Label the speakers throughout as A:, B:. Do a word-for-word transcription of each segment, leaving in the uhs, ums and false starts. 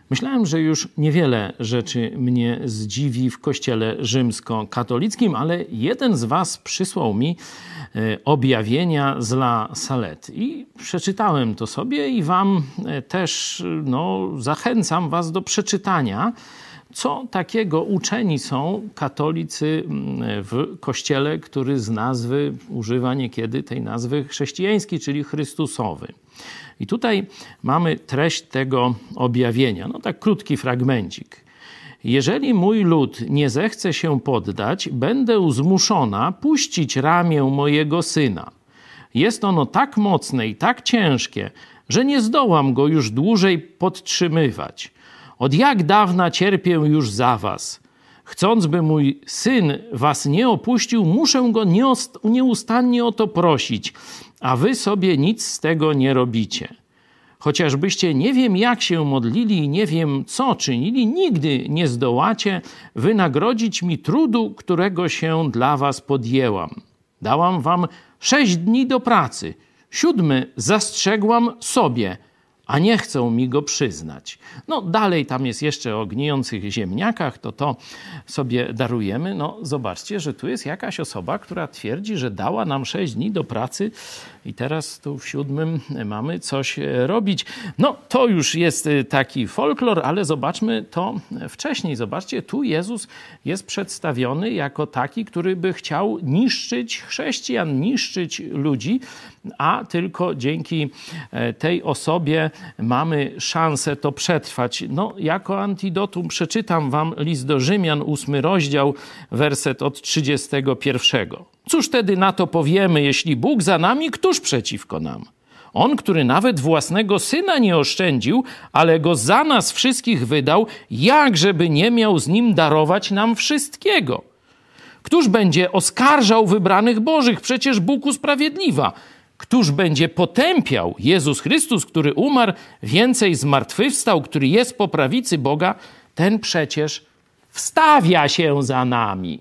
A: Myślałem, że już niewiele rzeczy mnie zdziwi w kościele rzymskokatolickim, ale jeden z was przysłał mi objawienia z La Salette i przeczytałem to sobie i wam też no, zachęcam was do przeczytania, co takiego uczeni są katolicy w kościele, który z nazwy używa niekiedy tej nazwy chrześcijańskiej, czyli Chrystusowy. I tutaj mamy treść tego objawienia. No tak krótki fragmencik. Jeżeli mój lud nie zechce się poddać, będę zmuszona puścić ramię mojego syna. Jest ono tak mocne i tak ciężkie, że nie zdołam go już dłużej podtrzymywać. Od jak dawna cierpię już za was. Chcąc, by mój syn was nie opuścił, muszę go nieustannie o to prosić, a wy sobie nic z tego nie robicie. Chociażbyście nie wiem jak się modlili i nie wiem co czynili, nigdy nie zdołacie wynagrodzić mi trudu, którego się dla was podjęłam. Dałam wam sześć dni do pracy, siódmy zastrzegłam sobie, a nie chcą mi go przyznać. No dalej tam jest jeszcze o gnijących ziemniakach, to to sobie darujemy. No zobaczcie, że tu jest jakaś osoba, która twierdzi, że dała nam sześć dni do pracy i teraz tu w siódmym mamy coś robić. No to już jest taki folklor, ale zobaczmy to wcześniej. Zobaczcie, tu Jezus jest przedstawiony jako taki, który by chciał niszczyć chrześcijan, niszczyć ludzi, a tylko dzięki tej osobie mamy szansę to przetrwać. No, jako antidotum przeczytam wam list do Rzymian, ósmy rozdział, werset od trzydziestego pierwszego. Cóż tedy na to powiemy, jeśli Bóg za nami, któż przeciwko nam? On, który nawet własnego Syna nie oszczędził, ale Go za nas wszystkich wydał, jakżeby nie miał z Nim darować nam wszystkiego? Któż będzie oskarżał wybranych Bożych? Przecież Bóg usprawiedliwia. Któż będzie potępiał? Jezus Chrystus, który umarł, więcej zmartwychwstał, który jest po prawicy Boga, ten przecież wstawia się za nami.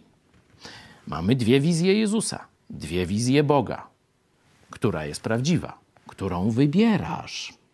A: Mamy dwie wizje Jezusa, dwie wizje Boga. Która jest prawdziwa? Którą wybierasz?